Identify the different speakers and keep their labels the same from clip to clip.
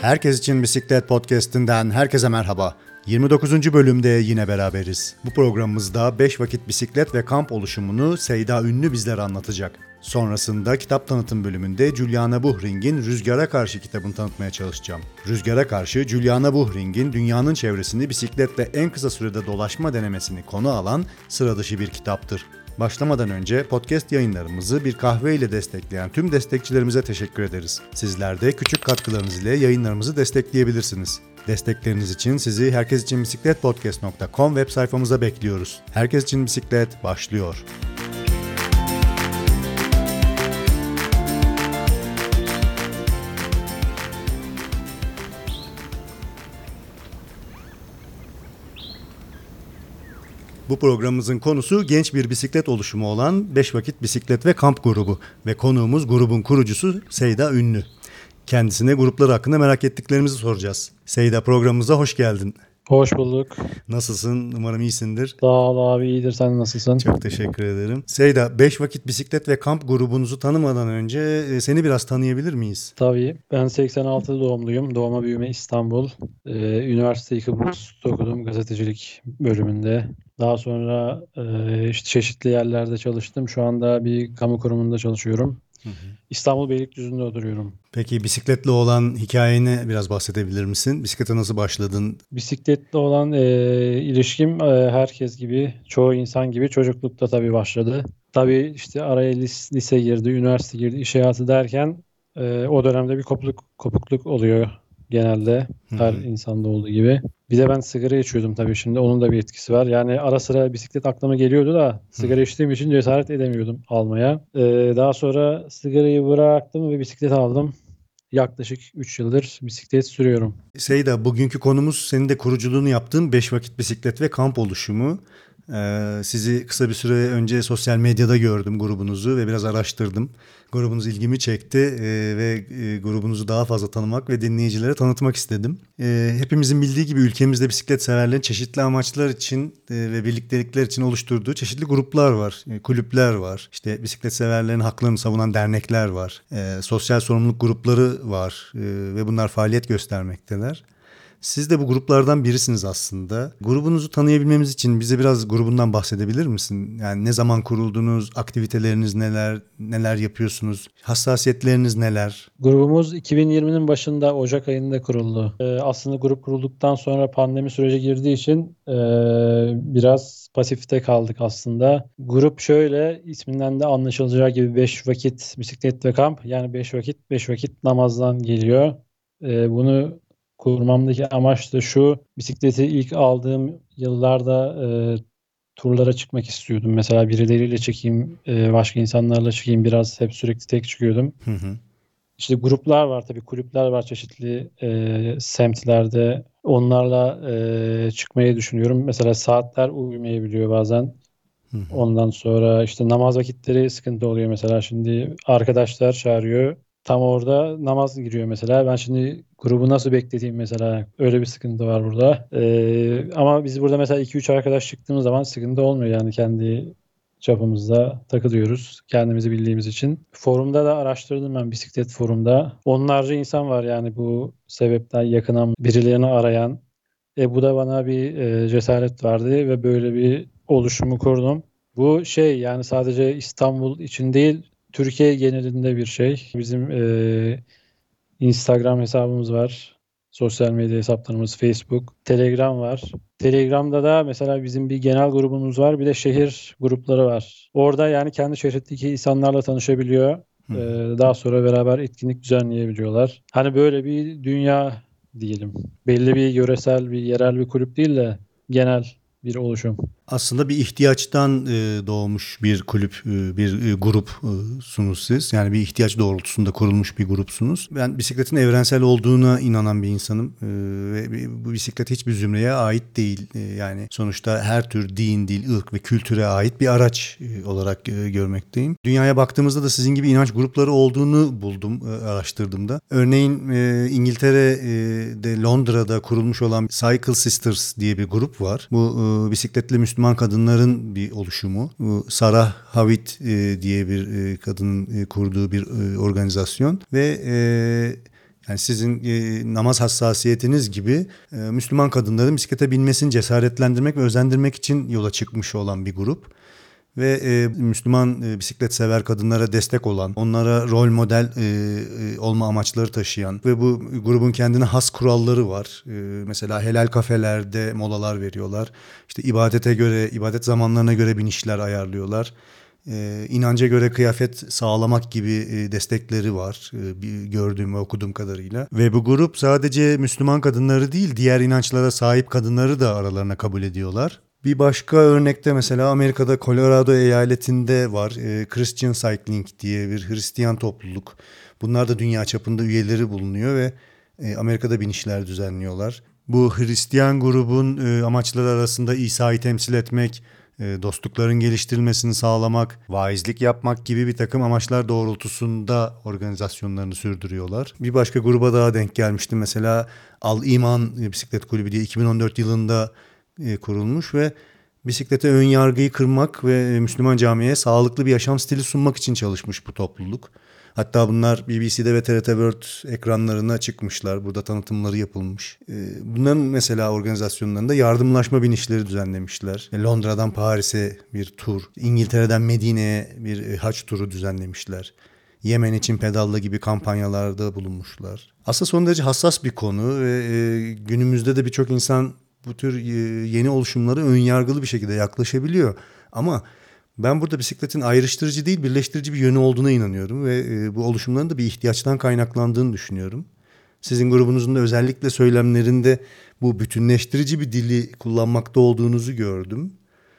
Speaker 1: Herkes için Bisiklet Podcast'inden herkese merhaba. 29. bölümde yine beraberiz. Bu programımızda 5 vakit bisiklet ve kamp oluşumunu Seyda Ünlü bizlere anlatacak. Sonrasında kitap tanıtım bölümünde Juliana Buhring'in Rüzgara Karşı kitabını tanıtmaya çalışacağım. Rüzgara Karşı, Juliana Buhring'in dünyanın çevresini bisikletle en kısa sürede dolaşma denemesini konu alan sıra dışı bir kitaptır. Başlamadan önce podcast yayınlarımızı bir kahve ile destekleyen tüm destekçilerimize teşekkür ederiz. Sizler de küçük katkılarınız ile yayınlarımızı destekleyebilirsiniz. Destekleriniz için sizi herkesiçinbisikletpodcast.com web sayfamıza bekliyoruz. Herkes için Bisiklet başlıyor. Bu programımızın konusu genç bir bisiklet oluşumu olan 5 vakit bisiklet ve kamp grubu ve konuğumuz grubun kurucusu Seyda Ünlü. Kendisine grupları hakkında merak ettiklerimizi soracağız. Seyda, programımıza hoş geldin.
Speaker 2: Hoş bulduk.
Speaker 1: Nasılsın? Umarım iyisindir.
Speaker 2: Sağ ol abi, iyidir. Sen nasılsın?
Speaker 1: Çok teşekkür ederim. Seyda, 5 vakit bisiklet ve kamp grubunuzu tanımadan önce seni biraz tanıyabilir miyiz?
Speaker 2: Tabii. Ben 86 doğumluyum. Doğma büyüme İstanbul. Üniversiteyi Kıbrıs'ta okudum gazetecilik bölümünde. Daha sonra işte çeşitli yerlerde çalıştım. Şu anda bir kamu kurumunda çalışıyorum. İstanbul Beylikdüzü'nde oturuyorum.
Speaker 1: Peki bisikletle olan hikayeni biraz bahsedebilir misin? Bisiklete nasıl başladın?
Speaker 2: Bisikletle olan ilişkim herkes gibi, çoğu insan gibi çocuklukta tabii başladı. Tabii işte araya lise girdi, üniversite girdi, iş hayatı derken o dönemde bir kopukluk oluyor genelde her insanda olduğu gibi. Bir de ben sigara içiyordum tabii, şimdi onun da bir etkisi var. Yani ara sıra bisiklet aklıma geliyordu da sigara içtiğim için cesaret edemiyordum almaya. Daha sonra sigarayı bıraktım ve bisiklet aldım. Yaklaşık 3 yıldır bisiklet sürüyorum.
Speaker 1: Seyda, bugünkü konumuz senin de kuruculuğunu yaptığın 5 vakit bisiklet ve kamp oluşumu. Sizi kısa bir süre önce sosyal medyada gördüm, grubunuzu, ve biraz araştırdım. Grubunuz ilgimi çekti ve grubunuzu daha fazla tanımak ve dinleyicilere tanıtmak istedim. Hepimizin bildiği gibi ülkemizde bisiklet severlerin çeşitli amaçlar için ve birliktelikler için oluşturduğu çeşitli gruplar var, kulüpler var. İşte bisiklet severlerin haklarını savunan dernekler var, sosyal sorumluluk grupları var ve bunlar faaliyet göstermekteler. Siz de bu gruplardan birisiniz aslında. Grubunuzu tanıyabilmemiz için bize biraz grubundan bahsedebilir misin? Yani ne zaman kuruldunuz, aktiviteleriniz neler yapıyorsunuz, hassasiyetleriniz neler?
Speaker 2: Grubumuz 2020'nin başında, Ocak ayında kuruldu. Aslında grup kurulduktan sonra pandemi süreci girdiği için biraz pasifte kaldık aslında. Grup şöyle, isminden de anlaşılacağı gibi 5 vakit bisiklet ve kamp. Yani 5 vakit namazdan geliyor. Bunu kurmamdaki amaç da şu: bisikleti ilk aldığım yıllarda turlara çıkmak istiyordum. Mesela birileriyle çekeyim, başka insanlarla çıkayım. Biraz hep sürekli tek çıkıyordum. İşte gruplar var tabii, kulüpler var çeşitli semtlerde. Onlarla çıkmayı düşünüyorum. Mesela saatler uymayabiliyor bazen. Ondan sonra işte namaz vakitleri sıkıntı oluyor mesela. Şimdi arkadaşlar çağırıyor. Tam orada namaz giriyor mesela. Ben şimdi grubu nasıl bekleteyim mesela? Öyle bir sıkıntı var burada. Ama biz burada mesela 2-3 arkadaş çıktığımız zaman sıkıntı olmuyor. Yani kendi çapımızda takılıyoruz. Kendimizi bildiğimiz için. Forumda da araştırdım ben, bisiklet forumda. Onlarca insan var yani bu sebepten yakınan, birilerini arayan. Bu da bana bir cesaret verdi ve böyle bir oluşumu kurdum. Bu şey, yani sadece İstanbul için değil, Türkiye genelinde bir şey. Bizim Instagram hesabımız var. Sosyal medya hesaplarımız Facebook, Telegram var. Telegram'da da mesela bizim bir genel grubumuz var. Bir de şehir grupları var. Orada yani kendi şehirdeki insanlarla tanışabiliyor. Daha sonra beraber etkinlik düzenleyebiliyorlar. Hani böyle bir dünya diyelim. Belli bir yöresel, bir yerel bir kulüp değil de genel bir oluşum.
Speaker 1: Aslında bir ihtiyaçtan doğmuş bir kulüp, bir grupsunuz siz. Yani bir ihtiyaç doğrultusunda kurulmuş bir grupsunuz. Ben bisikletin evrensel olduğuna inanan bir insanım. Ve bu bisiklet hiçbir zümreye ait değil. Yani sonuçta her tür din, dil, ırk ve kültüre ait bir araç olarak görmekteyim. Dünyaya baktığımızda da sizin gibi inanç grupları olduğunu buldum araştırdığımda. Örneğin İngiltere'de, Londra'da kurulmuş olan Cycle Sisters diye bir grup var. Bu bisikletli Müslüman kadınların bir oluşumu. Sarah Havit diye bir kadının kurduğu bir organizasyon ve Yani sizin namaz hassasiyetiniz gibi Müslüman kadınların bisiklete binmesini cesaretlendirmek ve özendirmek için yola çıkmış olan bir grup. Ve Müslüman bisiklet sever kadınlara destek olan, onlara rol model olma amaçları taşıyan ve bu grubun kendine has kuralları var. Mesela helal kafelerde molalar veriyorlar. İşte ibadete göre, ibadet zamanlarına göre binişler ayarlıyorlar. İnanca göre kıyafet sağlamak gibi destekleri var gördüğüm ve okuduğum kadarıyla. Ve bu grup sadece Müslüman kadınları değil, diğer inançlara sahip kadınları da aralarına kabul ediyorlar. Bir başka örnekte mesela Amerika'da Colorado eyaletinde var. Christian Cycling diye bir Hristiyan topluluk. Bunlar da dünya çapında üyeleri bulunuyor ve Amerika'da binişler düzenliyorlar. Bu Hristiyan grubun amaçları arasında İsa'yı temsil etmek, dostlukların geliştirilmesini sağlamak, vaizlik yapmak gibi bir takım amaçlar doğrultusunda organizasyonlarını sürdürüyorlar. Bir başka gruba daha denk gelmiştim. Mesela Al İman Bisiklet Kulübü diye 2014 yılında kurulmuş ve bisiklete ön yargıyı kırmak ve Müslüman camiye sağlıklı bir yaşam stili sunmak için çalışmış bu topluluk. Hatta bunlar BBC'de ve TRT World ekranlarına çıkmışlar. Burada tanıtımları yapılmış. Bunların mesela organizasyonlarında yardımlaşma binişleri düzenlemişler. Londra'dan Paris'e bir tur, İngiltere'den Medine'ye bir hac turu düzenlemişler. Yemen için pedalla gibi kampanyalarda bulunmuşlar. Aslında son derece hassas bir konu ve günümüzde de birçok insan bu tür yeni oluşumlara önyargılı bir şekilde yaklaşabiliyor. Ama ben burada bisikletin ayrıştırıcı değil, birleştirici bir yönü olduğuna inanıyorum ve bu oluşumların da bir ihtiyaçtan kaynaklandığını düşünüyorum. Sizin grubunuzun da özellikle söylemlerinde bu bütünleştirici bir dili kullanmakta olduğunuzu gördüm.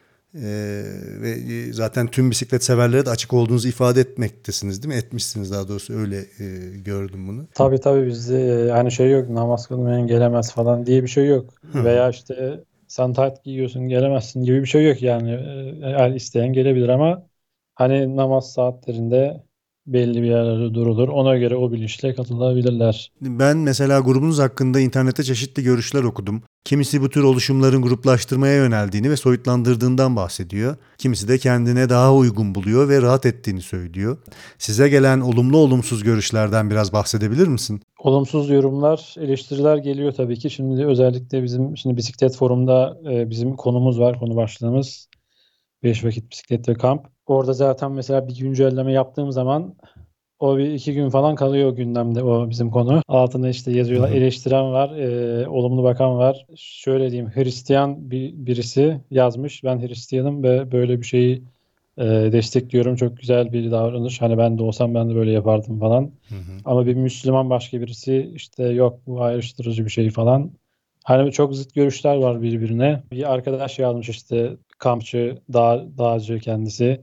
Speaker 1: Ve zaten tüm bisiklet severlere de açık olduğunuzu ifade etmektesiniz değil mi? Etmişsiniz daha doğrusu öyle gördüm bunu.
Speaker 2: Tabii bizde yani şey yok, namaz kılmayan gelemez falan diye bir şey yok. Veya işte sen tayt giyiyorsun gelemezsin gibi bir şey yok yani. Her isteyen gelebilir ama hani namaz saatlerinde belli bir yerlerde durulur. Ona göre o bilinçle katılabilirler.
Speaker 1: Ben mesela grubunuz hakkında internette çeşitli görüşler okudum. Kimisi bu tür oluşumların gruplaştırmaya yöneldiğini ve soyutlandırdığından bahsediyor. Kimisi de kendine daha uygun buluyor ve rahat ettiğini söylüyor. Size gelen olumlu olumsuz görüşlerden biraz bahsedebilir misin?
Speaker 2: Olumsuz yorumlar, eleştiriler geliyor tabii ki. Şimdi özellikle şimdi bisiklet forumda bizim konumuz var, konu başlığımız. 5 vakit bisiklet ve kamp. Orada zaten mesela bir güncelleme yaptığım zaman o bir iki gün falan kalıyor gündemde o bizim konu. Altında işte yazıyorlar, eleştiren var, olumlu bakan var. Şöyle diyeyim, Hristiyan birisi yazmış. Ben Hristiyanım ve böyle bir şeyi destekliyorum. Çok güzel bir davranış. Hani ben de olsam ben de böyle yapardım falan. Ama bir Müslüman başka birisi işte yok bu ayrıştırıcı bir şey falan. Hani çok zıt görüşler var birbirine. Bir arkadaş yazmış işte kampçı, dağcı kendisi.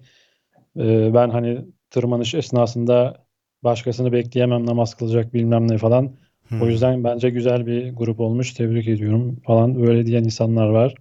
Speaker 2: Ben hani tırmanış esnasında başkasını bekleyemem namaz kılacak bilmem ne falan. O yüzden bence güzel bir grup olmuş. Tebrik ediyorum falan. Böyle diyen insanlar var.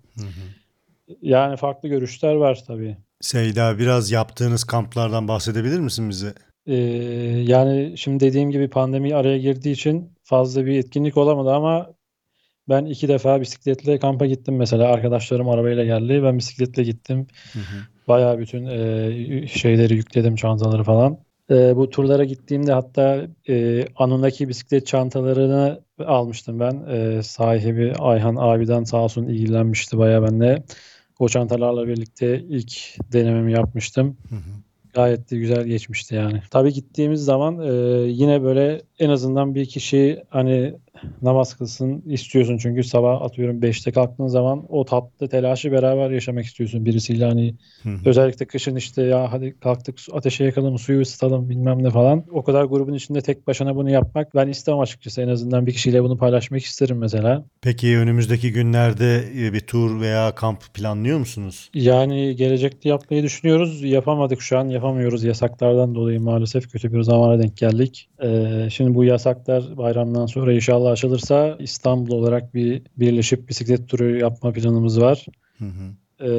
Speaker 2: Yani farklı görüşler var tabii.
Speaker 1: Seyda biraz yaptığınız kamplardan bahsedebilir misin bize?
Speaker 2: Ee, Yani şimdi dediğim gibi pandemi araya girdiği için fazla bir etkinlik olamadı ama ben 2 defa bisikletle kampa gittim mesela. Arkadaşlarım arabayla geldi. Ben bisikletle gittim. Bayağı bütün şeyleri yükledim, çantaları falan. Bu turlara gittiğimde hatta Anunaki bisiklet çantalarını almıştım ben. Sahibi Ayhan abiden sağ olsun ilgilenmişti bayağı benimle. O çantalarla birlikte ilk denememi yapmıştım. Gayet de güzel geçmişti yani. Tabii gittiğimiz zaman yine böyle en azından bir kişi hani namaz kılsın istiyorsun. Çünkü sabah atıyorum 5'te kalktığın zaman o tatlı telaşı beraber yaşamak istiyorsun birisiyle hani özellikle kışın işte ya hadi kalktık ateşe yakalım suyu ısıtalım bilmem ne falan. O kadar grubun içinde tek başına bunu yapmak ben istemem açıkçası. En azından bir kişiyle bunu paylaşmak isterim mesela.
Speaker 1: Peki önümüzdeki günlerde bir tur veya kamp planlıyor musunuz?
Speaker 2: Yani gelecekte yapmayı düşünüyoruz. Yapamadık şu an. Yapamıyoruz yasaklardan dolayı maalesef kötü bir zamana denk geldik. Şimdi bu yasaklar bayramdan sonra inşallah açılırsa İstanbul olarak bir birleşip bisiklet turu yapma planımız var.
Speaker 1: Hı hı.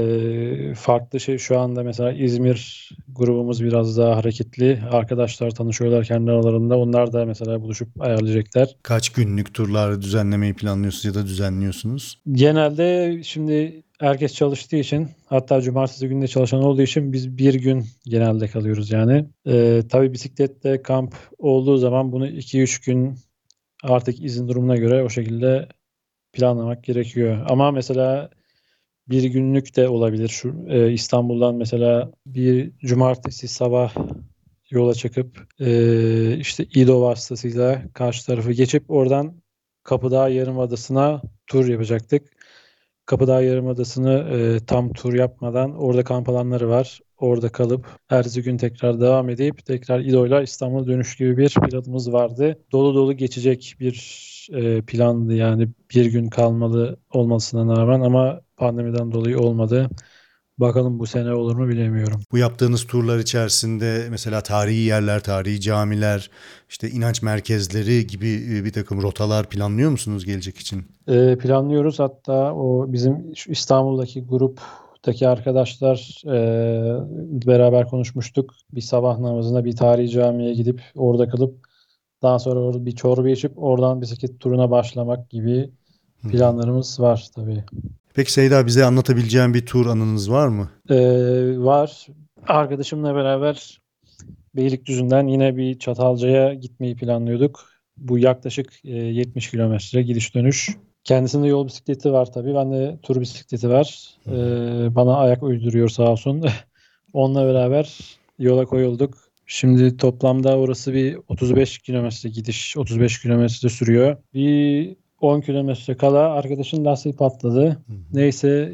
Speaker 2: Farklı şey şu anda mesela İzmir grubumuz biraz daha hareketli. Arkadaşlar tanışıyorlar kendi aralarında. Onlar da mesela buluşup ayarlayacaklar.
Speaker 1: Kaç günlük turlar düzenlemeyi planlıyorsunuz ya da düzenliyorsunuz?
Speaker 2: Genelde şimdi herkes çalıştığı için hatta cumartesi günü de çalışan olduğu için biz bir gün genelde kalıyoruz yani. Tabii bisiklette kamp olduğu zaman bunu 2-3 gün Artık izin durumuna göre o şekilde planlamak gerekiyor. Ama mesela bir günlük de olabilir. İstanbul'dan mesela bir cumartesi sabah yola çıkıp işte İdo vasıtasıyla karşı tarafı geçip oradan Kapıdağ Yarımadası'na tur yapacaktık. Kapıdağ Yarımadası'nı tam tur yapmadan orada kamp alanları var. Orada kalıp ertesi gün tekrar devam edip tekrar İdo'yla İstanbul'a dönüş gibi bir planımız vardı. Dolu dolu geçecek bir plandı yani bir gün kalmalı olmasına rağmen ama pandemiden dolayı olmadı. Bakalım bu sene olur mu bilemiyorum.
Speaker 1: Bu yaptığınız turlar içerisinde mesela tarihi yerler, tarihi camiler, işte inanç merkezleri gibi bir takım rotalar planlıyor musunuz gelecek için?
Speaker 2: Planlıyoruz. Hatta o bizim şu İstanbul'daki gruptaki arkadaşlar beraber konuşmuştuk. Bir sabah namazına bir tarihi camiye gidip orada kalıp daha sonra orada bir çorba içip oradan bisiklet turuna başlamak gibi
Speaker 1: Hı hı.
Speaker 2: planlarımız var tabii.
Speaker 1: Peki Seyda, bize anlatabileceğin bir tur anınız var mı?
Speaker 2: Var. Arkadaşımla beraber Beylikdüzü'nden yine bir Çatalca'ya gitmeyi planlıyorduk. Bu yaklaşık 70 kilometre gidiş dönüş. Kendisinde yol bisikleti var tabii. Bende tur bisikleti var. Bana ayak uyduruyor sağ olsun. Onunla beraber yola koyulduk. Şimdi toplamda orası bir 35 kilometre gidiş, 35 kilometre sürüyor. Bir 10 kilometre kala arkadaşın lastiği patladı.
Speaker 1: Hı hı.
Speaker 2: Neyse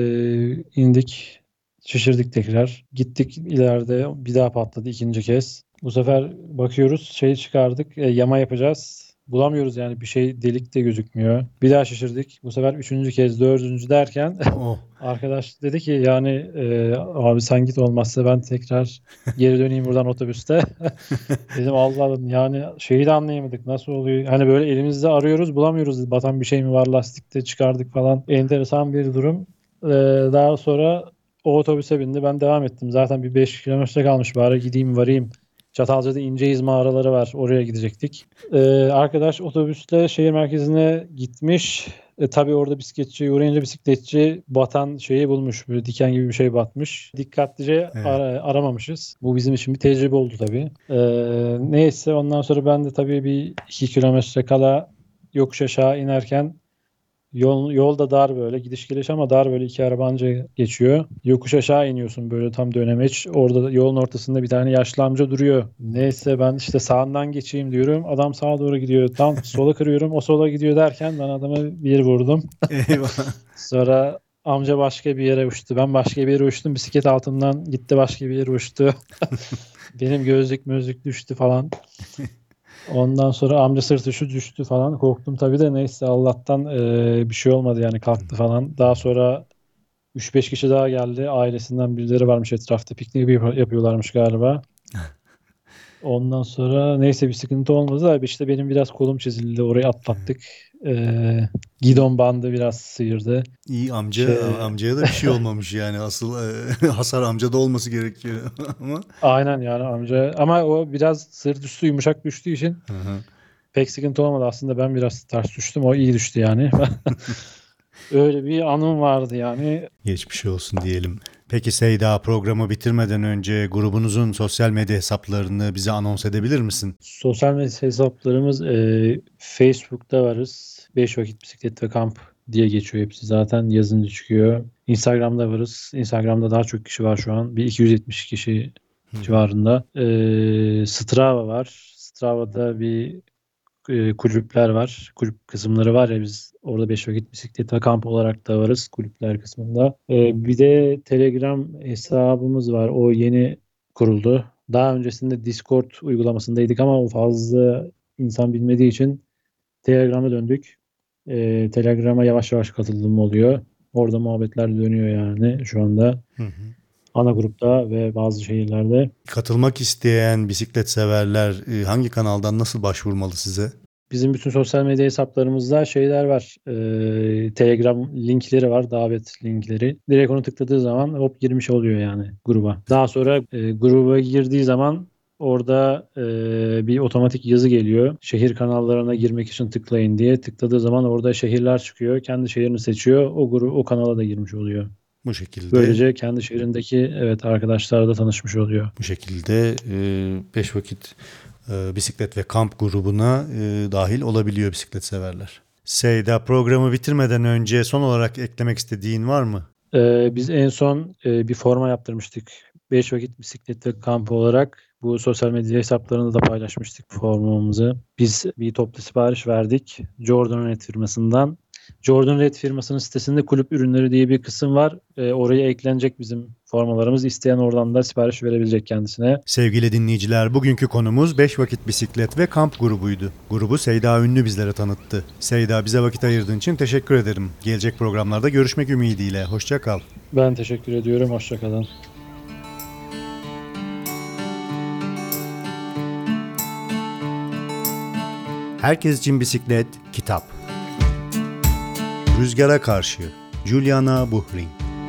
Speaker 2: indik, şişirdik tekrar. Gittik ileride bir daha patladı ikinci kez. Bu sefer bakıyoruz şeyi çıkardık, yama yapacağız. Bulamıyoruz yani bir şey delik de gözükmüyor. Bir daha şişirdik. Bu sefer üçüncü kez, dördüncü derken
Speaker 1: Oh.
Speaker 2: arkadaş dedi ki yani abi sen git olmazsa ben tekrar geri döneyim buradan otobüste. Dedim Allah Allah yani şeyi de anlayamadık nasıl oluyor. Hani böyle elimizde arıyoruz bulamıyoruz. Batan bir şey mi var lastikte çıkardık falan. Enteresan bir durum. E, Daha sonra o otobüse bindi ben devam ettim. Zaten bir 5 kilometre kalmış bari gideyim varayım. Çatalca'da İnceyiz mağaraları var. Oraya gidecektik. Arkadaş otobüsle şehir merkezine gitmiş. Tabii orada bisikletçi uğrayınca bisikletçi batan şeyi bulmuş. Böyle diken gibi bir şey batmış. Dikkatlice
Speaker 1: Evet.
Speaker 2: aramamışız. Bu bizim için bir tecrübe oldu tabii. Neyse ondan sonra ben de tabii bir 2 kilometre kala yokuş aşağı inerken yol da dar böyle. Gidiş geliş ama dar böyle iki araba anca geçiyor. Yokuş aşağı iniyorsun böyle tam dönemeç. Orada da yolun ortasında bir tane yaşlı amca duruyor. Neyse ben işte sağından geçeyim diyorum. Adam sağa doğru gidiyor. Tam sola kırıyorum. O sola gidiyor derken ben adamı bir vurdum.
Speaker 1: Eyvah.
Speaker 2: Sonra amca başka bir yere uçtu. Ben başka bir yere uçtum. Bisiklet altından gitti başka bir yere uçtu. Benim gözlük düştü falan. Ondan sonra amca sırt üstü düştü falan. Korktum tabii de neyse Allah'tan bir şey olmadı yani kalktı falan. Daha sonra 3-5 kişi daha geldi. Ailesinden birileri varmış etrafta. Piknik yapıyorlarmış galiba. Ondan sonra neyse bir sıkıntı olmadı da işte benim biraz kolum çizildi. Orayı atlattık. Gidon bandı biraz sıyırdı.
Speaker 1: İyi,
Speaker 2: Şey,
Speaker 1: amcaya da bir şey olmamış yani. Asıl hasar amcada olması gerekiyor ama.
Speaker 2: aynen yani amca. Ama o biraz sırt üstü yumuşak düştüğü için
Speaker 1: Hı hı.
Speaker 2: pek sıkıntı olmadı. Aslında ben biraz ters düştüm. O iyi düştü yani. Öyle bir anım vardı yani.
Speaker 1: Geçmiş olsun diyelim. Peki Seyda, programı bitirmeden önce grubunuzun sosyal medya hesaplarını bize anons edebilir misin?
Speaker 2: Sosyal medya hesaplarımız Facebook'ta varız. 5 vakit bisiklet ve kamp diye geçiyor hepsi. Zaten yazınca çıkıyor. Instagram'da varız. Instagram'da daha çok kişi var şu an. Bir 270 kişi
Speaker 1: Hı hı.
Speaker 2: civarında. Strava var. Strava'da bir kulüpler var. Kulüp kısımları var ya biz orada 5 vakit bisiklet ve kamp olarak da varız kulüpler kısmında. Bir de Telegram hesabımız var. O yeni kuruldu. Daha öncesinde Discord uygulamasındaydık ama o fazla insan bilmediği için Telegram'a döndük. Telegram'a yavaş yavaş katılım oluyor. Orada muhabbetler dönüyor yani şu anda.
Speaker 1: Hı hı.
Speaker 2: Ana grupta ve bazı şehirlerde.
Speaker 1: Katılmak isteyen bisiklet severler hangi kanaldan nasıl başvurmalı size?
Speaker 2: Bizim bütün sosyal medya hesaplarımızda şeyler var. Telegram linkleri var. Davet linkleri. Direkt onu tıkladığı zaman hop girmiş oluyor yani gruba. Daha sonra gruba girdiği zaman orada bir otomatik yazı geliyor. Şehir kanallarına girmek için tıklayın diye. Tıkladığı zaman orada şehirler çıkıyor. Kendi şehrini seçiyor. O kanala da girmiş oluyor.
Speaker 1: Bu şekilde
Speaker 2: Böylece kendi şehrindeki evet arkadaşlarla da tanışmış oluyor.
Speaker 1: bu şekilde 5 vakit bisiklet ve kamp grubuna dahil olabiliyor bisiklet severler. Seyda, programı bitirmeden önce son olarak eklemek istediğin var mı?
Speaker 2: Biz en son bir forma yaptırmıştık. 5 vakit bisiklet ve kamp olarak. Bu sosyal medya hesaplarında da paylaşmıştık formamızı. Biz bir toplu sipariş verdik Jordan Red firmasından. Jordan Red firmasının sitesinde kulüp ürünleri diye bir kısım var. Oraya eklenecek bizim formalarımız. İsteyen oradan da sipariş verebilecek kendisine.
Speaker 1: Sevgili dinleyiciler, bugünkü konumuz 5 vakit bisiklet ve kamp grubuydu. Grubu Seyda Ünlü bizlere tanıttı. Seyda, bize vakit ayırdığın için teşekkür ederim. Gelecek programlarda görüşmek ümidiyle. Hoşça kal.
Speaker 2: Ben teşekkür ediyorum. Hoşça kalın.
Speaker 1: Herkes için bisiklet, kitap. Rüzgara Karşı, Juliana Buhring.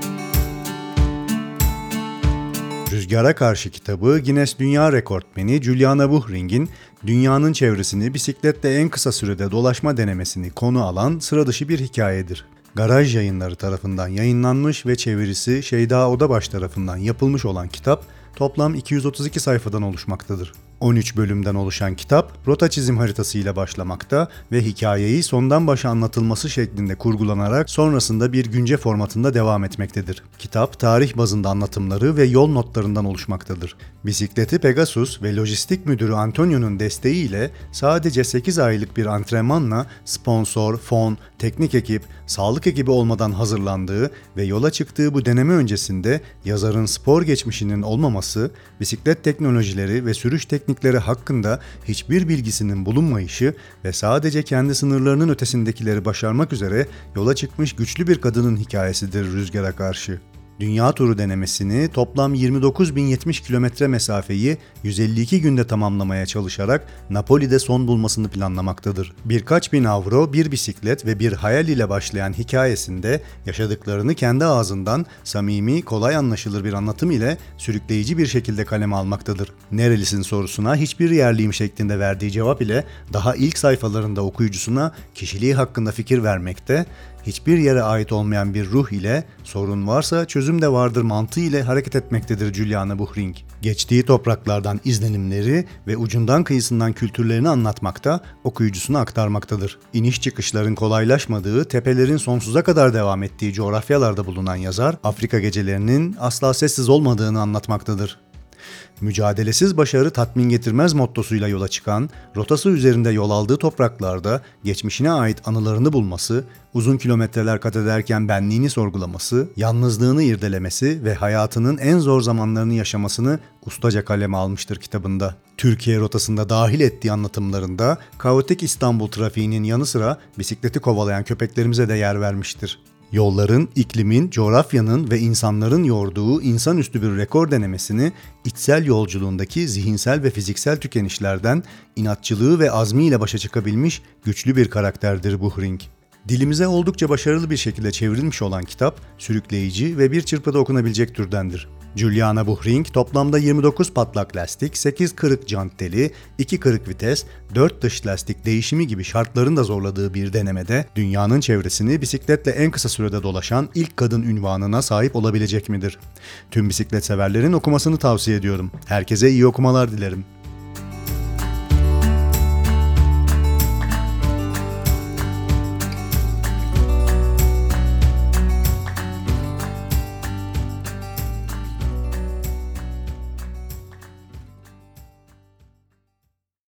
Speaker 1: Rüzgara Karşı kitabı Guinness Dünya Rekortmeni Juliana Buhring'in dünyanın çevresini bisikletle en kısa sürede dolaşma denemesini konu alan sıra dışı bir hikayedir. Garaj Yayınları tarafından yayınlanmış ve çevirisi Şeyda Odabaş tarafından yapılmış olan kitap toplam 232 sayfadan oluşmaktadır. 13 bölümden oluşan kitap, rota çizim haritasıyla başlamakta ve hikayeyi sondan başa anlatılması şeklinde kurgulanarak sonrasında bir günce formatında devam etmektedir. Kitap, tarih bazında anlatımları ve yol notlarından oluşmaktadır. Bisikleti Pegasus ve lojistik müdürü Antonio'nun desteğiyle sadece 8 aylık bir antrenmanla sponsor, fon, teknik ekip, sağlık ekibi olmadan hazırlandığı ve yola çıktığı bu deneme öncesinde yazarın spor geçmişinin olmaması, bisiklet teknolojileri ve sürüş teknikleri hakkında hiçbir bilgisinin bulunmayışı ve sadece kendi sınırlarının ötesindekileri başarmak üzere yola çıkmış güçlü bir kadının hikayesidir Rüzgara Karşı. Dünya turu denemesini toplam 29.070 kilometre mesafeyi 152 günde tamamlamaya çalışarak Napoli'de son bulmasını planlamaktadır. Birkaç bin avro, bir bisiklet ve bir hayal ile başlayan hikayesinde yaşadıklarını kendi ağzından samimi, kolay anlaşılır bir anlatım ile sürükleyici bir şekilde kaleme almaktadır. Nerelisin sorusuna hiçbir yerliyim şeklinde verdiği cevap ile daha ilk sayfalarında okuyucusuna kişiliği hakkında fikir vermekte, hiçbir yere ait olmayan bir ruh ile sorun varsa çözüm de vardır mantığı ile hareket etmektedir Juliana Buhring. Geçtiği topraklardan izlenimleri ve ucundan kıyısından kültürlerini anlatmakta, okuyucusuna aktarmaktadır. İniş çıkışların kolaylaşmadığı, tepelerin sonsuza kadar devam ettiği coğrafyalarda bulunan yazar, Afrika gecelerinin asla sessiz olmadığını anlatmaktadır. Mücadelesiz başarı tatmin getirmez mottosuyla yola çıkan, rotası üzerinde yol aldığı topraklarda geçmişine ait anılarını bulması, uzun kilometreler kat ederken benliğini sorgulaması, yalnızlığını irdelemesi ve hayatının en zor zamanlarını yaşamasını ustaca kaleme almıştır kitabında. Türkiye rotasında dahil ettiği anlatımlarında kaotik İstanbul trafiğinin yanı sıra bisikleti kovalayan köpeklerimize de yer vermiştir. Yolların, iklimin, coğrafyanın ve insanların yorduğu insanüstü bir rekor denemesini içsel yolculuğundaki zihinsel ve fiziksel tükenişlerden inatçılığı ve azmiyle başa çıkabilmiş güçlü bir karakterdir Buhring. Dilimize oldukça başarılı bir şekilde çevrilmiş olan kitap, sürükleyici ve bir çırpıda okunabilecek türdendir. Juliana Buhring toplamda 29 patlak lastik, 8 kırık jant teli, 2 kırık vites, 4 dış lastik değişimi gibi şartların da zorladığı bir denemede dünyanın çevresini bisikletle en kısa sürede dolaşan ilk kadın unvanına sahip olabilecek midir? Tüm bisiklet severlerin okumasını tavsiye ediyorum. Herkese iyi okumalar dilerim.